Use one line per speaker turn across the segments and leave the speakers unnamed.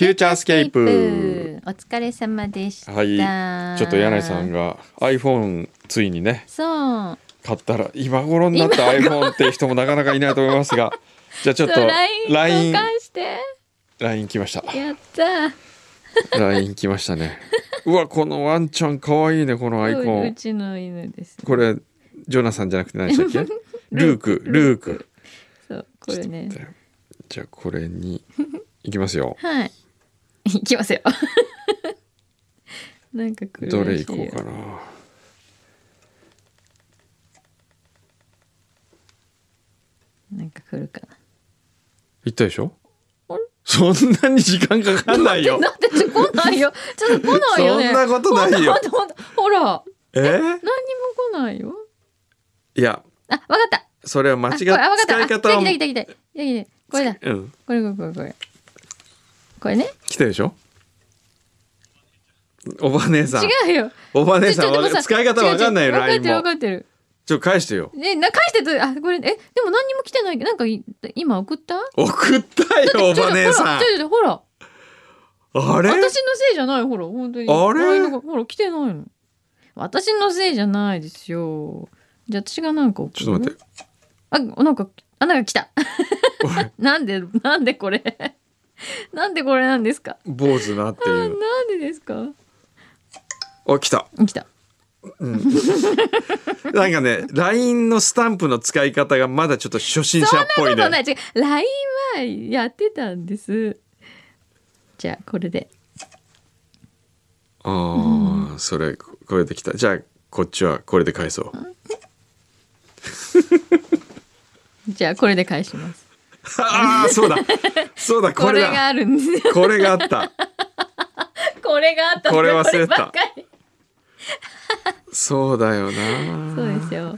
ューチャースケープ。
お疲れ様でした。
はい、ちょっと柳井さんが iPhone ついにね
そう
買ったら今頃になった iPhone っていう人もなかなかいないと思いますがじゃあちょっと
LINE 交換して。
LINE 来ました。
やった。
LINE 来ましたね。うわ、このワンちゃんかわいいね、このアイコン。
うちの犬です、ね、
これジョナサンじゃなくて何でしたっけルーク。
そうこれね。
じゃあこれに行きますよ。
はい行きますよ。なんか来るらしいよ。
どれ行こうかな。
なんか来るかな。
行ったでしょ。そんなに時間かかんないよ。
だって来ないよ。ちょっと来ないよね。
そんなことないよ。
ほら。何にも
何
来ないよ。
いや。
あ、わかった。
それは間違った使い方は。
来た。これだ。
うん。
これね。
来たでしょ。おば姉さん。
違うよ。
おば姉さん使い方わかんないよ。LINE も。
分かってる。
ちょっと返してよ。
返してと、あ、これ、でも何にも来てない。なんか今送った？
送ったよ、おば姉さん。
ほら。
あれ？
私のせいじゃない、ほら、本当に。
あれ？
ほら、来てないの。私のせいじゃないですよ。じゃあ私がなんか送る。
ちょっと待って。
なんか来た。なんでこれ。なんでこれなんですか。
坊主なっていう。
なんでですか。
来た。うん、なんかね LINE のスタンプの使い方がまだちょっと初心者っぽいね。
そんなことない。違う、LINE はやってたんです。じゃあこれで。
それこれできた。じゃあこっちはこれで返そう。
じゃあこれで返します。
そうだ
これがあるんですよ。
これがあった。
これがあった。
これ忘れた。そうだよな。
そうですよ。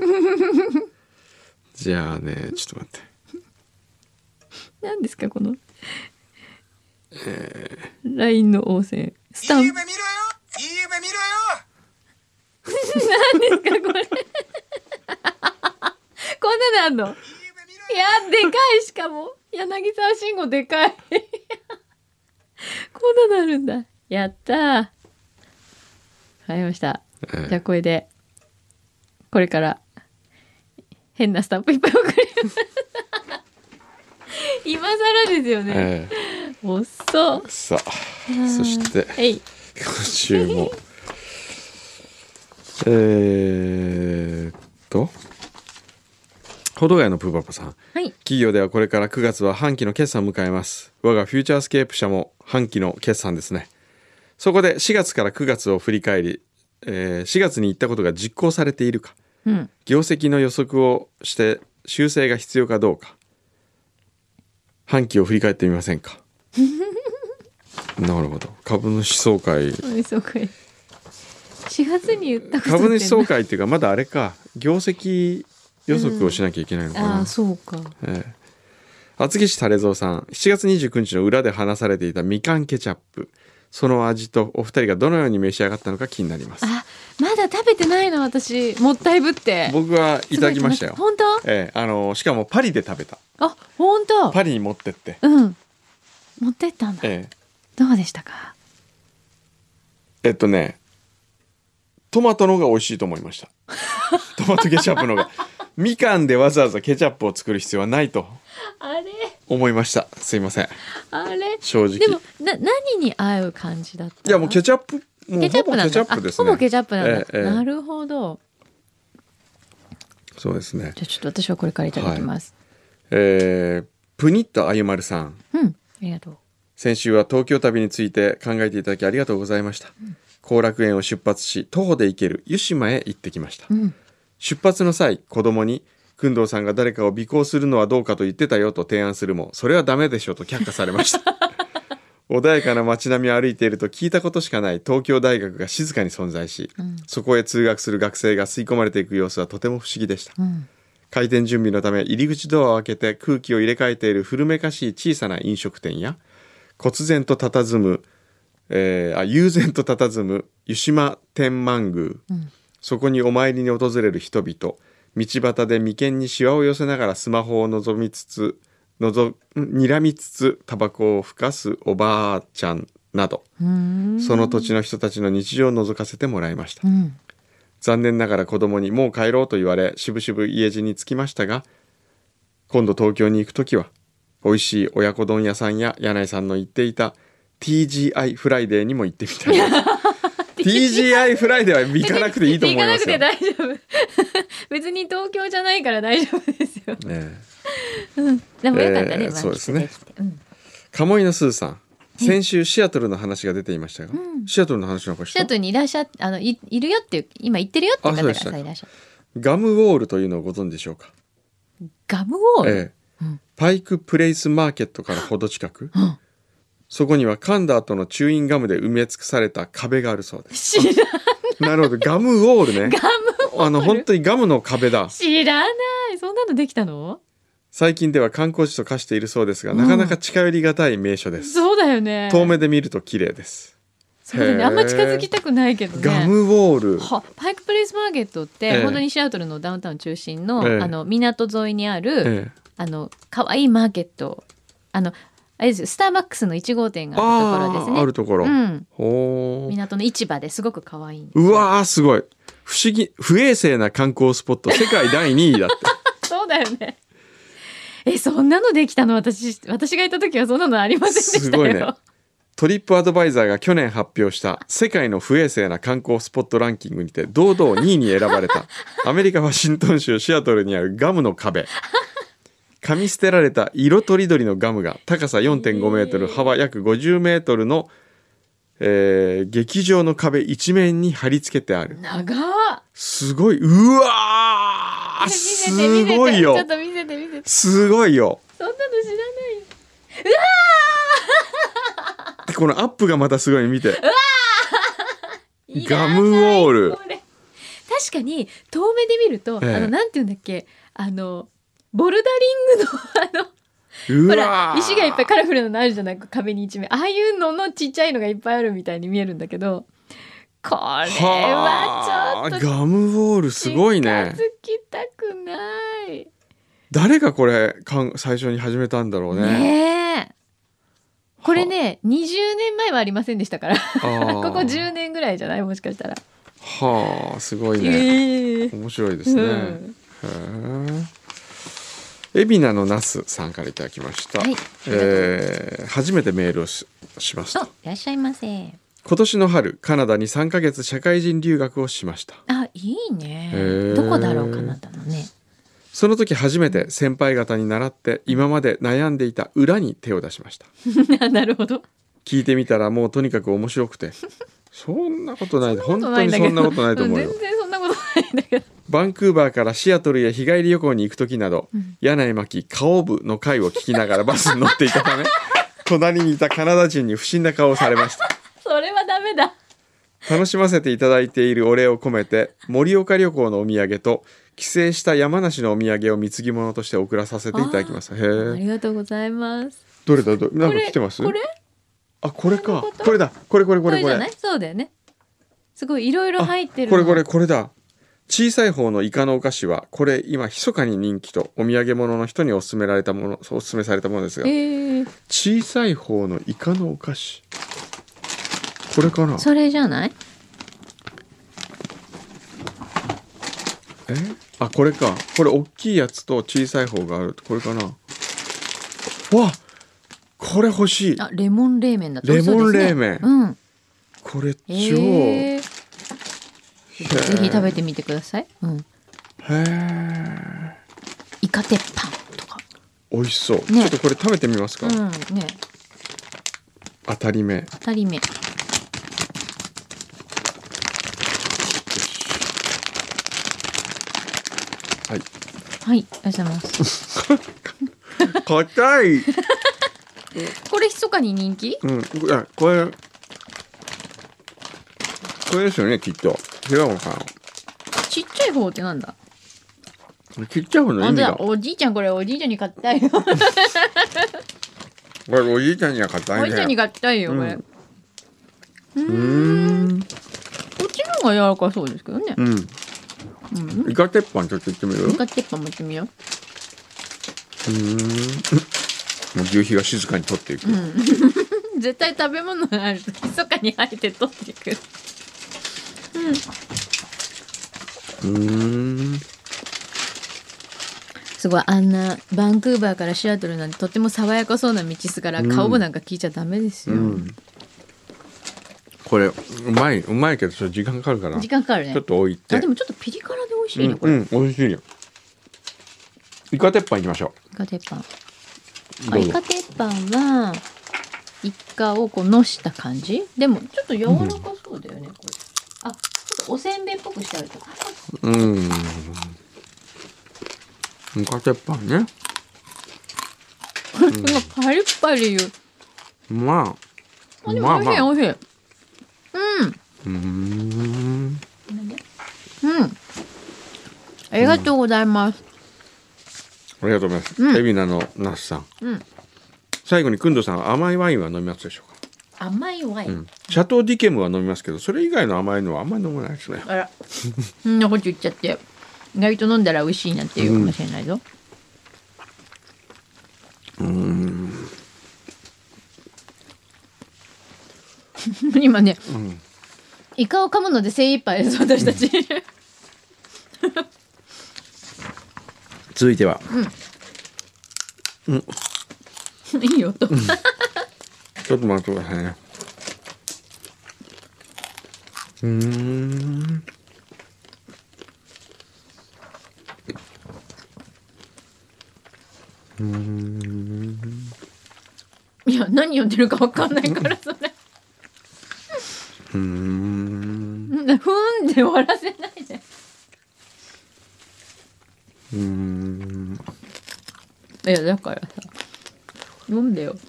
じゃあね、ちょっと待って。
何ですかこの、LINE の応戦スタンプ。いい夢見ろよ。何ですかこれ。こんなのあんの。いや、でかい。しかも柳沢慎吾でかい。こんなのあるんだ。やったー。わかりました。じゃあこれでこれから変なスタンプいっぱい送ります。今更ですよね。遅っ。
さあ、そして今週も保土ヶ谷のプーパパさん、はい、企業ではこれから9月は半期の決算を迎えます。我がフューチャースケープ社も半期の決算ですね。そこで4月から9月を振り返り、4月に言ったことが実行されているか、業績の予測をして修正が必要かどうか、半期を振り返ってみませんか。なるほど。株主総会。4
月に言ったこと
株主総会っていうかまだあれか、業績予測をしなきゃいけないのかな。
そうか。
厚木市タレゾウさん、7月29日の裏で話されていたみかんケチャップ、その味とお二人がどのように召し上がったのか気になります。
まだ食べてないの私。もったいぶって。
僕はいただきましたよ。
本当？
しかもパリで食べた。
本当？
パリに持ってって。
持ってったんだ。どうでしたか？
トマトの方が美味しいと思いました。トマトケチャップの方が。みかんでわざわざケチャップを作る必要はないと思いました。すいません。正直。
でも何に合う感じだった？
いやもうケチャップ、もうほぼケチャップですね。
ほぼケチャップなんだ。なるほど。
そうですね。
じゃあちょっと私はこれからいただきます。
プニッとあゆまるさん。
ありがとう。
先週は東京旅について考えていただきありがとうございました。後楽園を出発し徒歩で行ける湯島へ行ってきました。出発の際、子供に工藤さんが誰かを尾行するのはどうかと言ってたよと提案するも、それはダメでしょと却下されました。穏やかな街並みを歩いていると聞いたことしかない東京大学が静かに存在し、そこへ通学する学生が吸い込まれていく様子はとても不思議でした。開店準備のため入り口ドアを開けて空気を入れ替えている古めかしい小さな飲食店や、悠然と佇む湯島天満宮、そこにお参りに訪れる人々、道端で眉間にシワを寄せながらスマホを覗みつつ睨みつつタバコをふかすおばあちゃんなど、その土地の人たちの日常を覗かせてもらいました。残念ながら子供にもう帰ろうと言われ、しぶしぶ家路に着きましたが、今度東京に行くときは美味しい親子丼屋さんや柳井さんの言っていた TGI フライデーにも行ってみたいTGI フライデーは行かなくていいと思いますよ。
行かなくて大丈夫別に東京じゃないから大丈夫ですよ、ね。でもよかったね、
そうですね。鴨居のスーさん、先週シアトルの話が出ていましたが、シアトルの話なんかした？
シアトルにいらっしゃっているよっていう、今言ってるよっていう方がさいらっしゃる。
ガムウォールというのをご存知でしょうか？
ガムウォール、
パイクプレイスマーケットからほど近く、そこには噛んだ後のチューインガムで埋め尽くされた壁があるそうです。
知ら
ない。なるほど、ガムウォールね。
ガムウォール、
本当にガムの壁だ。
知らない。そんなのできたの？
最近では観光地と化しているそうですが、なかなか近寄りがたい名所です。
そうだよね。
遠目で見ると綺麗です。
そうだね、あんま近づきたくないけどね。
ガムウォール、
パイクプレイスマーケットって、本当にシアトルのダウンタウン中心の、港沿いにある、可愛いマーケット、あれですよ、スターバックスの1号店があるところですね。
あるところ、
港の市場ですごく可愛いんです。
うわー、すごい不思議、不衛生な観光スポット世界第2位だって
そうだよね。そんなのできたの？私がいた時はそんなのありませんでしたよ。すごいね。
トリップアドバイザーが去年発表した世界の不衛生な観光スポットランキングにて堂々2位に選ばれたアメリカ・ワシントン州シアトルにあるガムの壁。噛み捨てられた色とりどりのガムが高さ 4.5 メートル、幅約50メートルの、劇場の壁一面に貼り付けてある。
長っ。す
ごい。うわー、すごいよ。
ちょっと見せて。
すごいよ。
そんなの知らない。うわ
ーこのアップがまたすごい、見て。
うわ
ガムウォール。
確かに遠目で見ると、なんていうんだっけ、ボルダリングのほら石がいっぱいカラフルなのあるじゃない、壁に一面、ああいうののちっちゃいのがいっぱいあるみたいに見えるんだけど、これはちょっと
ガムウォールすごいね。
近づきたくない。
誰がこれ最初に始めたんだろうね。
ねえ、これね20年前はありませんでしたからここ10年ぐらいじゃない、もしかしたら。
はあ、すごいね、面白いですね、海老名のナスさんからいただきました、初めてメールを しますと。
いらっしゃいませ。
今年の春カナダに3ヶ月社会人留学をしました。
いいね。どこだろう、カナダのね。
その時初めて先輩方に習って今まで悩んでいた裏に手を出しました
なるほど。
聞いてみたらもうとにかく面白くてそんなことない、本当にそんなことないと思うよ。
全然そんなことないんだけど。
バンクーバーからシアトルへ日帰り旅行に行く時など、柳井真紀顔部の回を聞きながらバスに乗っていたため隣にいたカナダ人に不審な顔をされました。
それはダメだ。
楽しませていただいているお礼を込めて盛岡旅行のお土産と帰省した山梨のお土産を貢ぎ物として送らさせていただきます。
ありがとうございます。
どれだ、なんか来てます？これか、これだ、これじゃない？
そうだよね。すごいいろいろ入ってる。
これだ。小さい方のイカのお菓子はこれ今密かに人気とお土産物の人におすすめされたものですが、小さい方のイカのお菓子、これかな？
それじゃない？
これか。これ大きいやつと小さい方がある。これかな。わ、これ欲しい。
レモン冷麺だと。
レモン冷麺、これ超、
ぜひ食べてみてください。イカ鉄板とか
美味しそう、ちょっとこれ食べてみますか。当たり目。
はい、ありがとうございます
硬い
これ密かに人気？
これですよね、きっと。違うのかな。
ちっちゃい方ってなんだ？
ちっちゃい方の意味が。
おじいちゃん、これおじいちゃんに買ったいよこ
れおじいちゃんには買ったいね。
おじいちゃんに買ったいよこれ。こっちの方が柔らかそうですけどね。
イカ鉄板ちょっといってみる？
イカ鉄板もいってみよう。
もう牛皮が静かに取っていく、
絶対食べ物があると密かに入って取っていく。すごい、あんなバンクーバーからシアトルなんてとっても爽やかそうな道すから、顔部なんか聞いちゃダメですよ。
これうまいけどちょっと時間かかるから
時間かかるね。
ちょっと置いて。
あ、でもちょっとピリ辛で美味しいね、これ。
美味しいよ。イカ鉄板いきましょ
イカ鉄板。
う。
イカ鉄板はイカをこうのした感じ。でもちょっと柔らかそうだよね、これ。あ、ちょっとおせんべいっぽくしてあるとか。
イカ鉄板ね。
パリッパリ言う。
まあ。
でも美味しい、美味しい。ありがとうございます。
ありがとうございます。海老名の那須さん。最後に工藤さんは甘いワインは飲みますでしょうか。
甘いワイン。
シャトーディケムは飲みますけど、それ以外の甘いのはあんまり飲まないですね。
あら、そんなこと言っちゃって、意外と飲んだら美味しいなんて言うかもしれないぞ。今ね、イカを噛むので精一杯です私たち。
続いては、
いい音。
ちょっと待ってくださいね。
いや、何言ってるか分かんないからそれ。ふんで終わらせないで。いやだからさ、飲んでよ。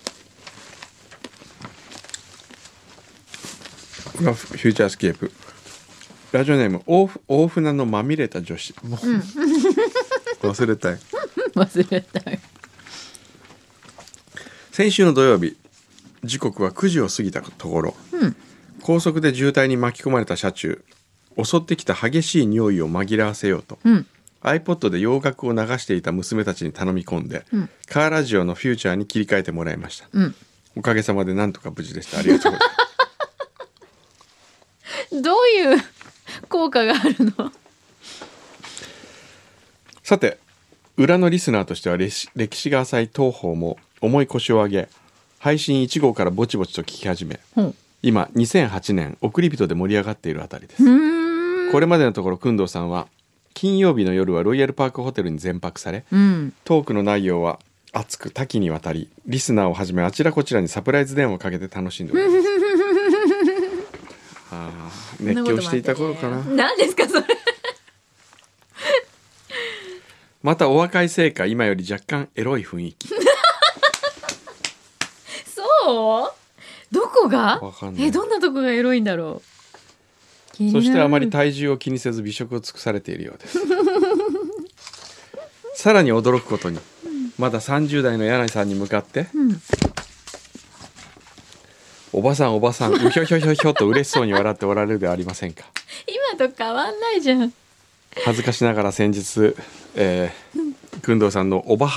フューチャースケープ。ラジオネーム大船のまみれた女子。忘れたい。
忘れたい。
先週の土曜日、時刻は9時を過ぎたところ、高速で渋滞に巻き込まれた車中、襲ってきた激しい匂いを紛らわせようと、iPod で洋楽を流していた娘たちに頼み込んで、カーラジオのフューチャーに切り替えてもらいました。おかげさまでなんとか無事でした。ありがとうございます。
どういう効果があるの？
さて、裏のリスナーとしては歴史が浅い当方も重い腰を上げ、配信1号からぼちぼちと聞き始め、今2008年送り人で盛り上がっているあたりです。これまでのところ工藤さんは金曜日の夜はロイヤルパークホテルに全泊され、トークの内容は熱く多岐にわたり、リスナーをはじめあちらこちらにサプライズ電話をかけて楽しんでおります。熱狂していた頃かな。
何ですかそれ。
またお若いせいか今より若干エロい雰囲気。
そう？どこが？
わかんない。
どんなとこがエロいんだろう。
そしてあまり体重を気にせず美食を尽くされているようです。さらに驚くことに、まだ30代の柳井さんに向かって、おばさんおばさんうひょひょひょひょと嬉しそうに笑っておられるではありませんか。
今と変わんないじゃん。
恥ずかしながら先日、工藤さんのおば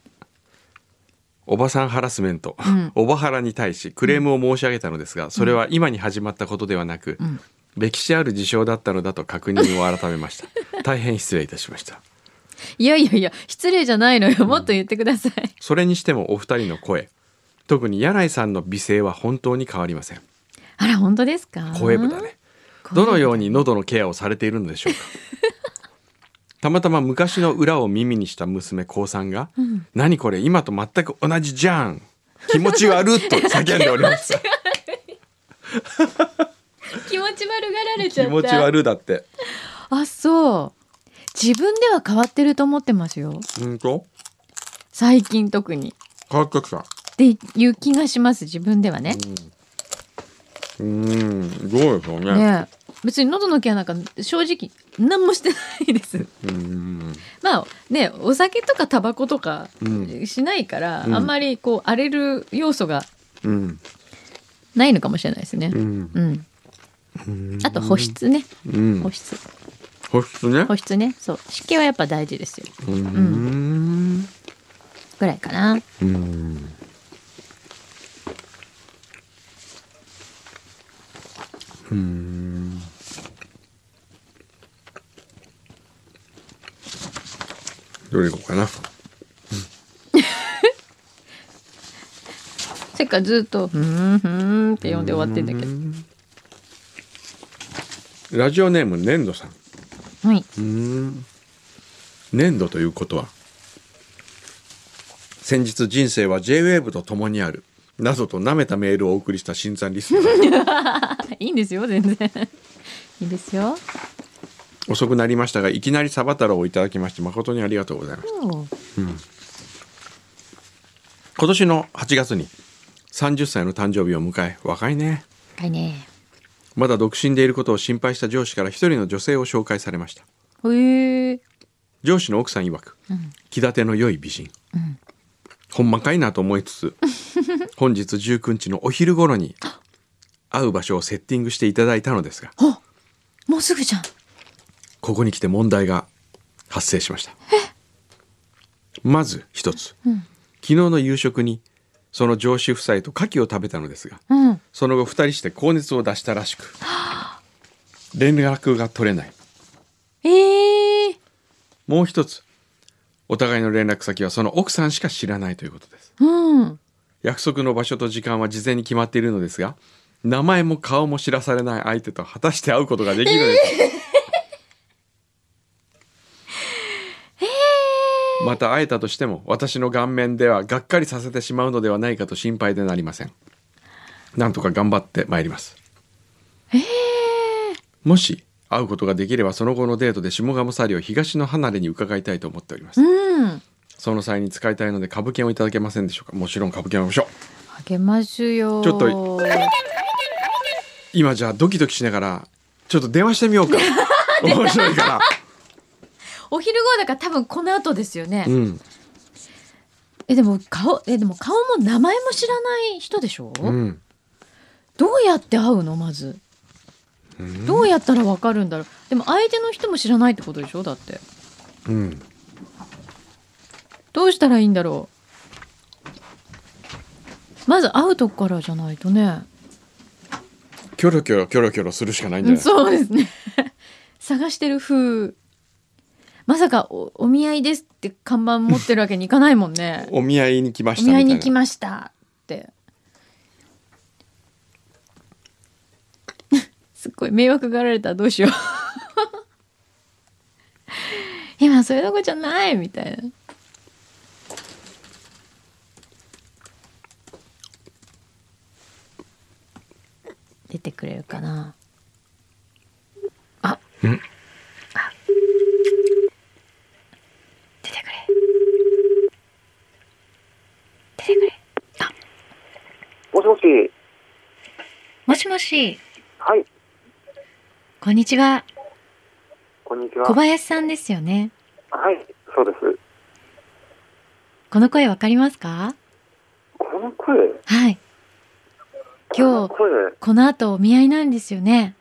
さんハラスメント、おばはらに対しクレームを申し上げたのですが、それは今に始まったことではなく、歴史ある事象だったのだと確認を改めました。大変失礼いたしました。
いやいやいや、失礼じゃないのよ。もっと言ってください。
それにしてもお二人の声、特に柳井さんの美声は本当に変わりません。
あら、本当ですか？
声部だね。どのように喉のケアをされているのでしょうか。たまたま昔の裏を耳にした娘高さんが、何これ今と全く同じじゃん、気持ち悪っと叫んでおりました。
気持ち悪がられちゃった。
気持ち悪だって。
あ、そう。自分では変わってると思ってますよ。
本当？
最近特に
変わってきた
っていう気がします。自分ではね。
どうでしょうね。
ね、別に喉のケアなんか正直何もしてないです。まあね、お酒とかタバコとかしないから、あんまりこう荒れる要素がないのかもしれないですね。あと保湿ね。保湿ね。保湿ね。そう、湿気はやっぱ大事ですよ。 ぐらいかな。
どれいこうかな。
せっかずっとふんって読んで終わってんだけど。
ラジオネーム粘土さん。
はい。
粘土ということは、先日人生は J-WAVE と共にあるなどと舐めたメールをお送りした新参リスナー。
いいんですよ、全然いいですよ。
遅くなりましたが、いきなりサバ太郎をいただきまして誠にありがとうございました。今年の8月に30歳の誕生日を迎え、若いね。
若いね。
まだ独身でいることを心配した上司から一人の女性を紹介されました。上司の奥さん曰く、気立ての良い美人、ほんまかいなと思いつつ本日19日のお昼頃に会う場所をセッティングしていただいたのですが、
もうすぐじゃん。
ここに来て問題が発生しました。まず一つ、昨日の夕食にその上司夫妻と牡蠣を食べたのですが、その後2人して高熱を出したらしく連絡が取れない。もう一つ、お互いの連絡先はその奥さんしか知らないということです。約束の場所と時間は事前に決まっているのですが、名前も顔も知らされない相手と果たして会うことができるのです。また会えたとしても私の顔面ではがっかりさせてしまうのではないかと心配でなりません。なんとか頑張ってまいります。もし会うことができればその後のデートで下鴨サリを東の離れに伺いたいと思っております。その際に使いたいので株券をいただけませんでしょうか。もちろん株券をあげましょう。
あげますよ。
ちょっと今じゃあドキドキしながらちょっと電話してみようか。面白いから。
お昼後だから多分この後ですよね。でも顔も名前も知らない人でしょ。どうやって会うのまず。どうやったらわかるんだろう。でも相手の人も知らないってことでしょだって。どうしたらいいんだろう。まず会うとこからじゃないとね。
キョロキョロするしかないんじゃない。
そうですね。探してる風。まさか お見合いですって看板持ってるわけにいかないもんね。
お見合いに来ました
みたいな。お
みたいな。
見合いに来ましたってすっごい迷惑がられたらどうしよう。今そういうとこじゃないみたいな。出てくれるかな。出てくれ。
もしもし。
もしもし。
はい。
こんにちは。
こんにちは。
小林さんですよね。
はい、そうです。
この声わかりますか？
この声？
はい。今日この後お見合いなんですよね。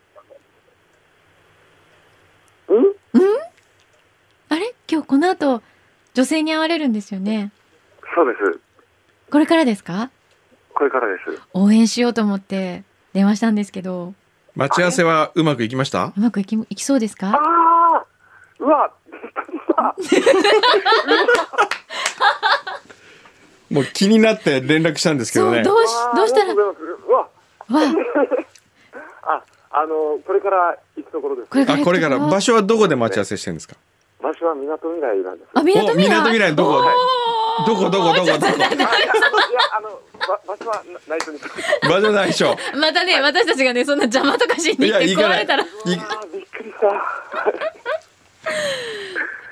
あれ？今日この後女性に会われるんですよね。
そうです。
これからですか？
これからです。
応援しようと思って電話したんですけど。
待ち合わせはうまくいきました？
うまくいきそうですか？
うわ
もう気になって連絡したんですけどね。
どうしたら。
これから行くところです。
これから場所はどこで待ち合わせしてるんですか？
場所はみなとみらいなんです。
みなとみらい
どこ？どこ？
いや場所は内緒に。
場所内緒。
またね、私たちがねそんな邪魔とかしに行って壊れたら。
びっくりした。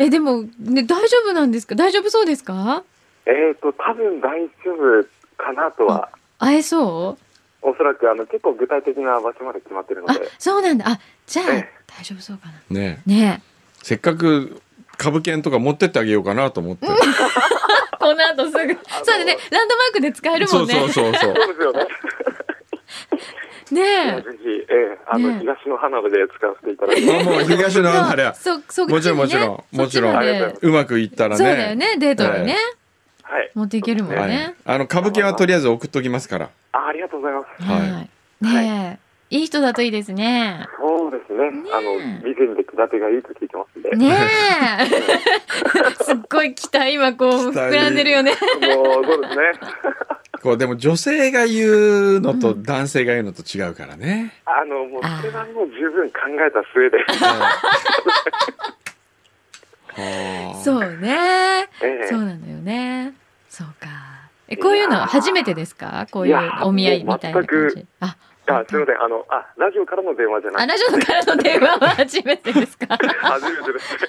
でもね大丈夫なんですか？大丈夫そうですか？
多分大丈夫かなとは。
会えそう？
おそらく結構具体的な場所まで決まってるので。
そうなんだ。じゃあ大丈夫そうかな。
ね。せっかく株券とか持ってってあげようかなと思って。
この後すぐ。そうだね。ランドマークで使えるもんね。
そうですよね。
ねえ。
ぜひ東の花火で使わせていただいて。
もう東の花火。もちろんうまくいったらね。
そうだよね。デートでね。
はい。
持っていけるもん
はい
ね。
歌舞伎はとりあえず送っときますから。
ありがとうございます。
はい
ねえ、いい人だといいですね。
そうですね。備前で下手がいいと聞いてますんで。
ねえ。すっごい期待今こう膨らんでるよね。
もう、そうですね。
こうでも女性が言うのと男性が言うのと違うからね。
もう、それはもう十分考えた末で。
はあ
そうね。
ええ
そうなのよね。そうか。こういうの初めてですか？こういうお見合いみたいな感じ。あ、
あ、すみません。ラジオからの電話じゃなくて。
ラジオからの電話は初めてですか？
初めてです。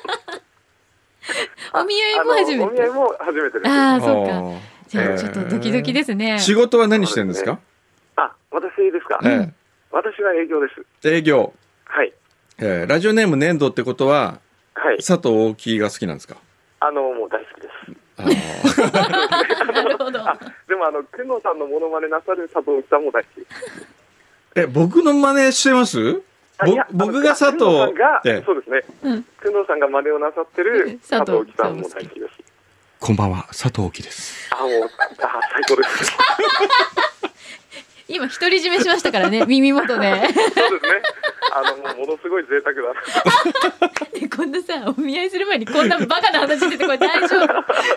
お見合いも初めて。
お見合いも初めてです。
ああ、そうか。
あー
じゃあちょっとドキドキですね。
仕事は何してるんですか？
私ですか。
え
私は営業です。
営業。
はい。
ラジオネーム粘土ってことは
はい。
佐藤大木が好きなんですか？
もう大好きです。
あー
なるほど。
でも久野さんのモノマネなさる佐藤さんも大好きです。
僕の真似してます？
いや
僕が佐
久野さ
藤
んが、
ええ
そうですね。
うん
久野さんが真似をなさってる
佐藤
佐藤さんも大好きです。
こんばんは、佐藤大木です。
もう、最高です。
今独り占めしましたからね、耳元で。
そうですね。ものすごい贅沢だな。
ね、こんなさ、お見合いする前にこんなバカな話出てこれ大丈夫？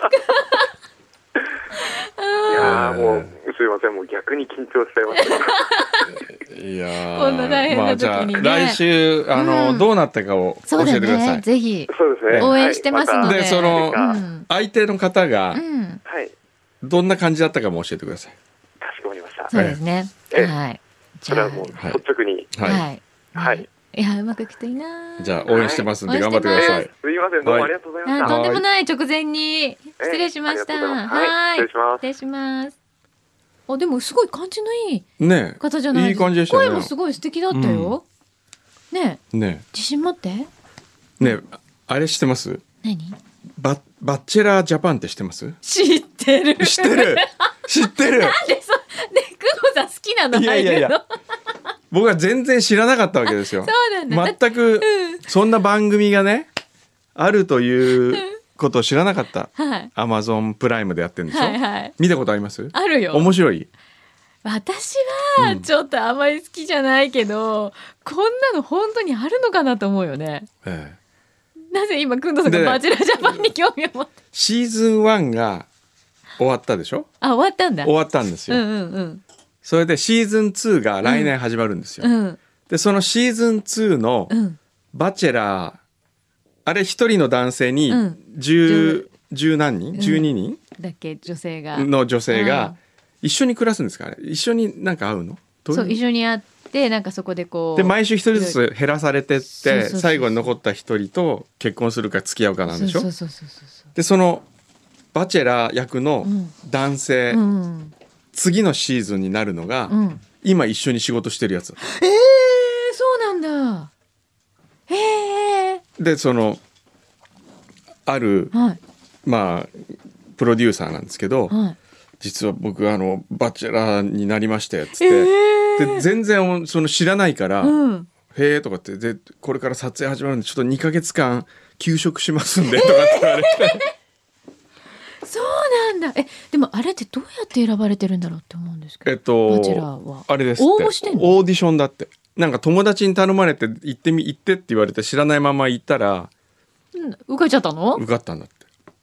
いやもう、すいません。もう逆に緊張しちゃいました。
いやー
こんな大変な時にね
じゃあ来週どうなったかを教
そうだ
えてください。
ね、ぜひ。
そうですね。
応援してますので
でその
うん
相手の方が
うん、
はい。
どんな感じだったかも教えてください。
かしこまりました。
そうですね。
ええ
はい。じゃあ、
それはもう、
はい
率直に。
はい。
はい。
はい
いや、うまくいくといいな。
じゃあ応援してますんで
はい
頑張ってください。
すいません。どうもありがとうございました。
とんでもない、直前に失礼しました。
ありがとうございますはい失礼します
失礼します。あ、でもすごい感じのいい
ね
方じゃない
いい感じでしたね
声もすごい素敵だったよ。ねえ、
ね
自信持って。
ねあれ知ってます？
何？
バッチェラージャパンって知ってます？
知ってる。
知ってる知ってる。
なんでね、工藤さん好きなの？
いやいやいや
ああうの
僕は全然知らなかったわけですよ。
そうなんだ。
全くそんな番組がねあるということを知らなかった。
はい。
アマゾンプライムでやってるんでしょ、
はいはい。
見たことあります？
あるよ。
面白い。
私はちょっとあまり好きじゃないけど、こんなの本当にあるのかなと思うよね。
ええ
なぜ今くんどさんが
で
バチェラージャパンに興味を持って。
シーズン1が終わったでしょ？
あ、終わったんだ。
終わったんですよ、
うんうんうん。
それでシーズン2が来年始まるんですよ、
うん
でそのシーズン2の
うん。
バチェラーあれ一人の男性に
うん
十何人、
ん
12人
だっけ女性が。
の女性
うん
が一緒に暮らすんですか？あれ一緒になんか会うの？ど
そう
いう
一緒に会ってなんかそこでこう。
で毎週一人ずつ減らされてって
そうそうそうそう
最後に残った一人と結婚するか付き合うかなんでしょ？
そうそうそうそうそう。
でそのバチェラー役の男性、
うん
次のシーズンになるのが、
うん。
今一緒に仕事してるやつ
そうなんだ。へえ。
でそのある
はい
まあプロデューサーなんですけど、
はい。
実は僕バチェラーになりましてっつって、で全然その知らないから、
うん。
へえとかってでこれから撮影始まるんでちょっと2ヶ月間休職しますんでとかって言われて、
そうなんだ。でもあれってどうやって選ばれてるんだろうって思うんですけど。バチェラーは。
あれですって
応募してんの？
オーディションだって。なんか友達に頼まれて行ってって言われて知らないまま行ったら
受かっちゃったの？
受かったんだって。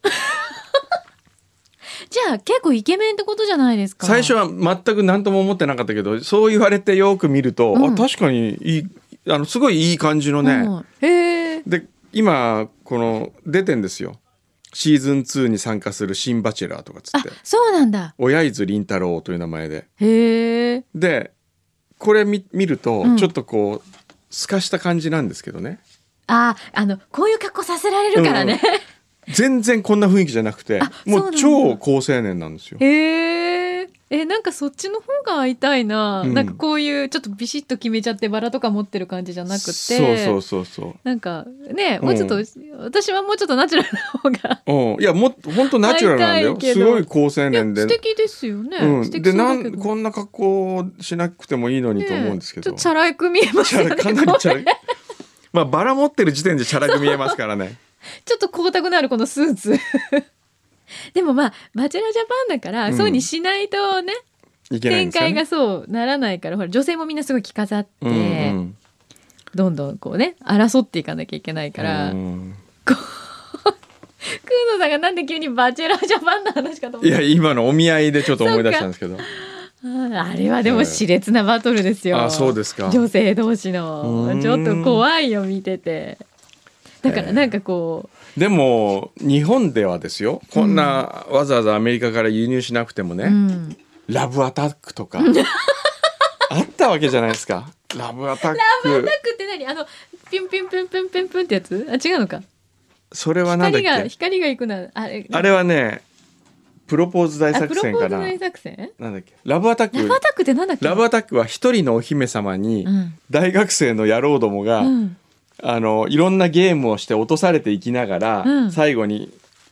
じゃあ結構イケメンってことじゃないですか。
最初は全く何とも思ってなかったけどそう言われてよく見ると、
うん
あ確かにいいすごいいい感じのね、
うんへえ。
で今この出てんですよシーズン2に参加する新バチェラーとかつっ
あ
て、
そうなんだ。
親伊豆凛太郎という名前で
へえ。
でこれ見ると
うん
ちょっとこう透かした感じなんですけどね、
こういう格好させられるからね。
全然こんな雰囲気じゃなくて
あ
もう
そうなんだ
超高青年なんですよ。
へえ。なんかそっちの方が会いたいな、
うん
なんかこういうちょっとビシッと決めちゃってバラとか持ってる感じじゃなくて、
そう
なんかねもうちょっと、私はもうちょっとナチュラルな方が
いやもっと本当ナチュラルなんだよ
会いたいけど
すごい高青年で
素敵ですよね、
うん、
素敵
で
そうだけど
こんな格好しなくてもいいのにと思うんですけど、
ちょっとチャラく見えますよね。
かなりチャラまあバラ持ってる時点でチャラく見えますからね。
ちょっと光沢のあるこのスーツでもまあバチェラージャパンだから、そうにしないとね、
いけないん
展
ですよね。
開がそうならないから、ほら女性もみんなすごい着飾って、
うんうん、
どんどんこうね争っていかなきゃいけないから、工藤さんがなんで急にバチェラージャパンの話かと思った。
いや今のお見合いでちょっと思い出したんですけど、
あれはでも熾烈なバトルですよ。
あ、そうですか。
女性同士のちょっと怖いよ見てて。だからなんかこ
う、でも日本ではですよ、こんなわざわざアメリカから輸入しなくてもね、ラブアタックとかあったわけじゃないですか。ラブアタック。
ラブアタックって何？ピュンピュンピュンピュンピュンピュンってやつ？あ、違うのか。
それはなんだっけ？
光が行くな。あれ
はね、プロポーズ大作戦かな。
プロポーズ大作戦？
なんだっけ？ラブアタック。
ラブアタックってなんだっけ？
ラブアタックは一人のお姫様に、大学生の野郎どもが、いろんなゲームをして落とされていきながら、最後に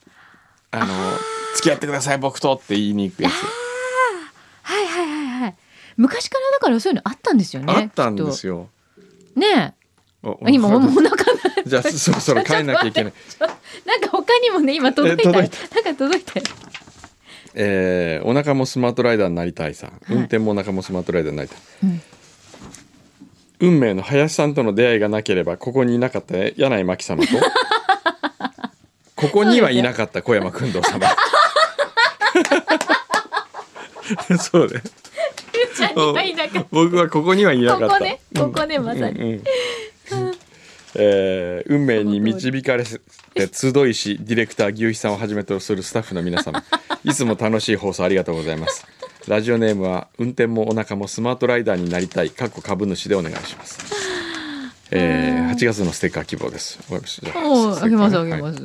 付き合ってください僕とって言いに行くやつ。
はいはいはいはい。昔からだからそういうのあったんですよね。
あったんですよ。
ねえ。今もうお腹が
じゃあそろそろ帰んなきゃいけない。
なんか他にもね今届いた。なんか届い
て。お腹もスマートライダーになりたいさん、運転もお腹もスマートライダーになりたい、運命の林さんとの出会いがなければここにいなかった柳井真紀様とここにはいなかった小山君堂様そうね僕はここにはいなかった。
ここねまさに、
運命に導かれて集いしディレクター牛肥さんをはじめとするスタッフの皆様いつも楽しい放送ありがとうございます。ラジオネームは運転もお腹もスマートライダーになりたい株主でお願いします。8月のステッカー希望です。
あげますあげます、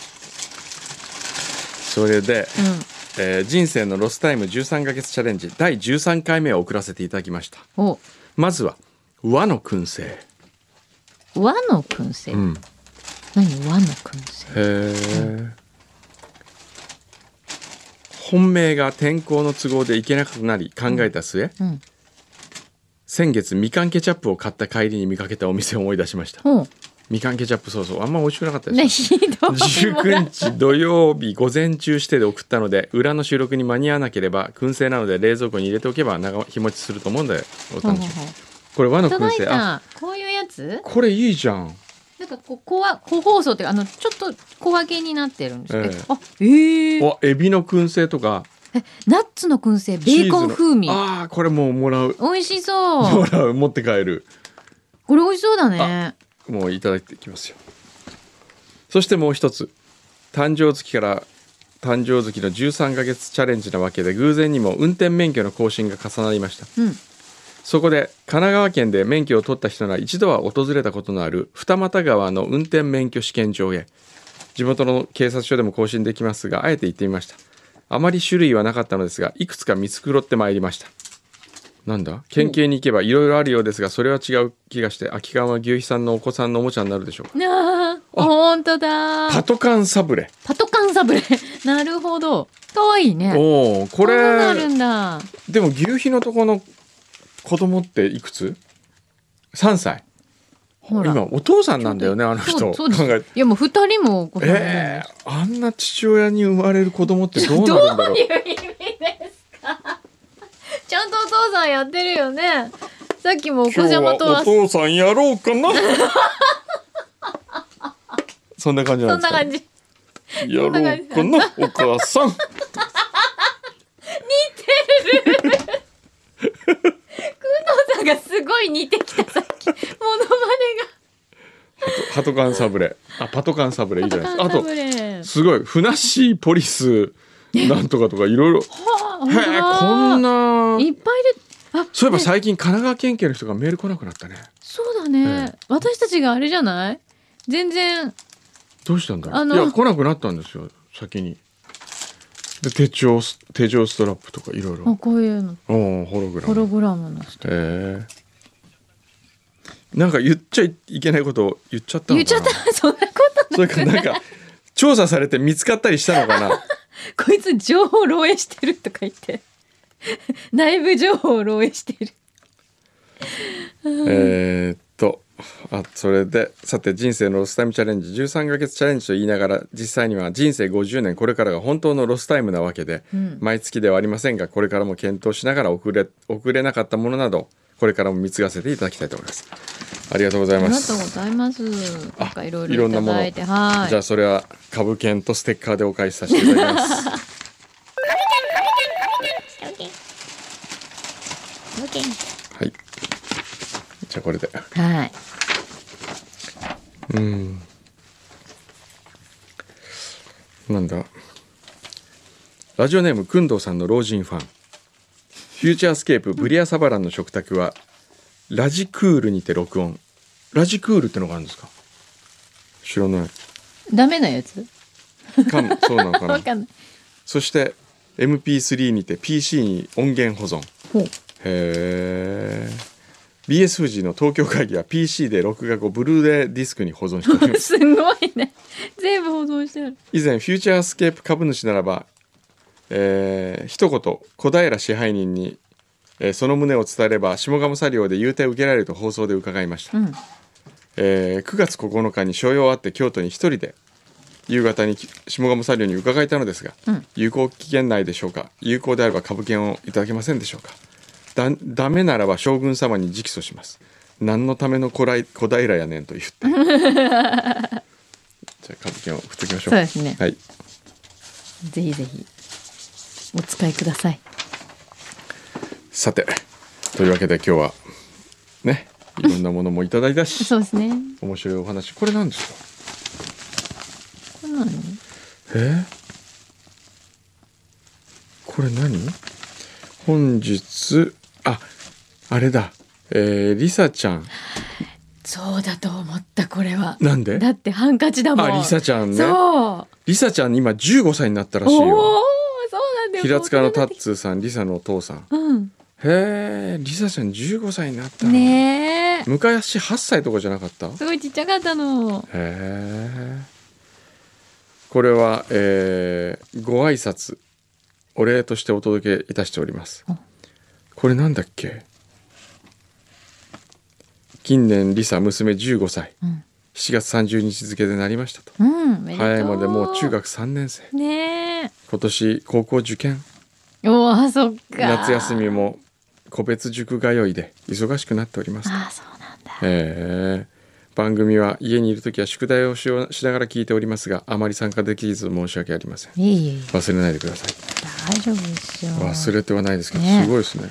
それで、人生のロスタイム13ヶ月チャレンジ第13回目を送らせていただきました。まずは和の燻製。
和の燻製、何和の燻製。
本命が天候の都合で行けなくなり考えた末、先月みかんケチャップを買った帰りに見かけたお店を思い出しました。みかんケチャップそうあんま美味しくなかったです、19日土曜日午前中指定で送ったので裏の収録に間に合わなければ燻製なので冷蔵庫に入れておけば日持ちすると思うんでお楽しみ。これ和の燻製。
こういうやつ
これいいじゃん。
なんか個包装っていうかちょっと小分けになってるんです
けど、エビの燻製とか
ナッツの燻製ベーコン風味。
これもうもらう。
美味しそう。
持って帰る。
これ美味しそうだね。
もういただいていきますよ。そしてもう一つ、誕生月から誕生月の13ヶ月チャレンジなわけで偶然にも運転免許の更新が重なりました、そこで神奈川県で免許を取った人なら一度は訪れたことのある二俣川の運転免許試験場へ、地元の警察署でも更新できますがあえて行ってみました。あまり種類はなかったのですがいくつか見繕ってまいりました。なんだ、県警に行けばいろいろあるようですがそれは違う気がして秋川牛肥さんのお子さんのおもちゃになるでしょうか。
本当だ。
パトカンサブレ。
なるほど。かわいいね。
これ
なるんだ。
でも牛肥のとこの子供っていくつ？3歳。今お父さんなんだよねあの人。考えて。
いやもう2人も子供
あんな父親に生まれる子供ってどうなるんだろう。
どういう意味ですか。ちゃんとお父さんやってるよね。さっきもお子ちゃまとは
お父さんやろうかな。そんな感じなんですか。そんな感じ。やろうかなお母さん。似
てる。工藤さんがすごい似てきたさっきモノマネ
が。パトカンサブレ。パトカンサブレいいじゃないですか。あとすごいふなっしーポリスなんとかとかいろいろ。こんない
っぱいで。
そういえば最近神奈川県警の人がメール来なくなったね。
そうだね、私たちがあれじゃない全然
どうしたんだろう。いや来なくなったんですよ先に。で手錠ストラップとかいろいろ。
こういうの。
ホログラム
のストラップ。
なんか言っちゃいけないことを言っちゃったのかな。
そんなことない。
それかなんか調査されて見つかったりしたのかな。
こいつ情報漏洩してるとか言って内部情報を漏洩してる。
それでさて、人生のロスタイムチャレンジ13ヶ月チャレンジと言いながら、実際には人生50年これからが本当のロスタイムなわけで、毎月ではありませんが、これからも検討しながら遅れなかったものなどこれからも貢がせていただきたいと思います。ありがとうございます。
ありがとうございます。なんかいろいろいただいて、はい。
じゃあそれは株券とステッカーでお返しさせていただきます。はい。じゃあこれで。
はい。
なんだ。ラジオネームくんどうさんの老人ファン。フューチャースケープブリアサバランの食卓はラジクールにて録音。ラジクールってのがあるんですか？知らない。
ダメなやつ？
そうなのかな。
わかんない。
そして MP3 にて PC に音源保存。へー。BS 富士の東京会議は PC で録画後ブルーレイディスクに保存しております。
すごいね。全部保存してある。
以前フューチャースケープ株主ならば、一言小平支配人に、その旨を伝えれば下鴨作業で優待を受けられると放送で伺いました。9月9日に所用あって京都に一人で夕方に下鴨作業に伺えたのですが、有効期限内でしょうか。有効であれば株券をいただけませんでしょうか。ダメならば将軍様に直訴します。何のための小平やねんと言ってじゃあ株券を振っておきましょう。
そうですね、
はい、
ぜひぜひお使いください。
さて、というわけで今日はね、いろんなものもいただいたし
そうですね。
面白いお話。これ何ですか？
これ何？
これ何？本日あれだ、リサちゃん。
そうだと思った。これは
なんで？
だってハンカチだもん。
リサちゃんね。
そう。
リサちゃん今15歳になったらしいよ。
そうなんだよ。
平塚のタッツーさん、リサのお父さん。へえ、リサちゃん15歳になった
ねえ。
昔8歳とかじゃなかった？
すごいちっちゃかったの。
へえ。これは、ご挨拶お礼としてお届けいたしております。これなんだっけ？近年リサ娘15歳、7月30日付でなりましたと。早いもんでもう中学3年生
ね。
今年高校受験。
そっか。
夏休みも個別塾通いで忙しくなっております。
そうなんだ。
番組は家にいるときは宿題をしながら聞いておりますが、あまり参加できず申し訳ありません。忘れないでください。
大丈夫ですよ。
忘れてはないですけど、すごいですね。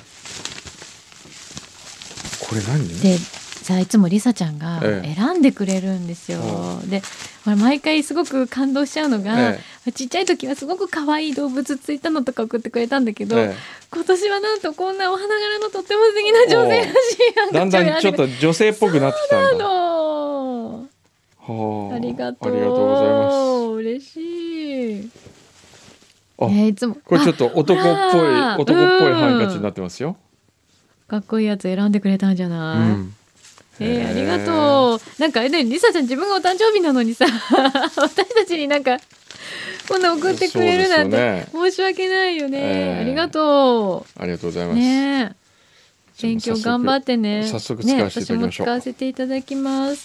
これ何？
でさあ、いつもリサちゃんが選んでくれるんですよ。で毎回すごく感動しちゃうのが、ちっちゃい時はすごく可愛い動物ついたのとか送ってくれたんだけど、今年はなんとこんなお花柄のとっても素敵な女性らしい。
だんだんちょっと女性っぽくなってきたんだ。
ありがとう。
ありがとうございます。
嬉しい。いつも
これちょっと男っぽいハンカチになってますよ。
かっこいいやつ選んでくれたんじゃない？ありがとう。なんかリサちゃん自分がお誕生日なのにさ私たちになんかこんな送ってくれるなんて申し訳ないよね。ありがとう。
ありがとうございます。
勉強頑張ってね。
早速使わせていただきましょう。
私も使わせていただきます。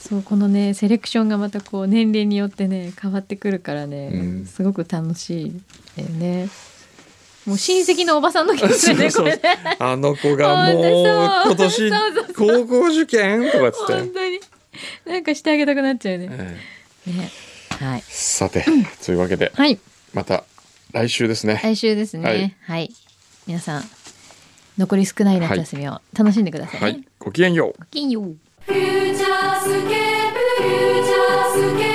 そう、このねセレクションがまたこう年齢によってね変わってくるからね、すごく楽しいだよね。もう親戚のおばさんの気持ちね、これね。あ
の子がもう今年高校受験とかっつって
本当になんかしてあげたくなっちゃうね。はい。
さて、というわけで、また来週ですね。
来週ですね。はい。皆さん残り少ない夏休みを楽しんでくださいね。
ごきげんよう。
ごきげんよう。
フューチャースケープ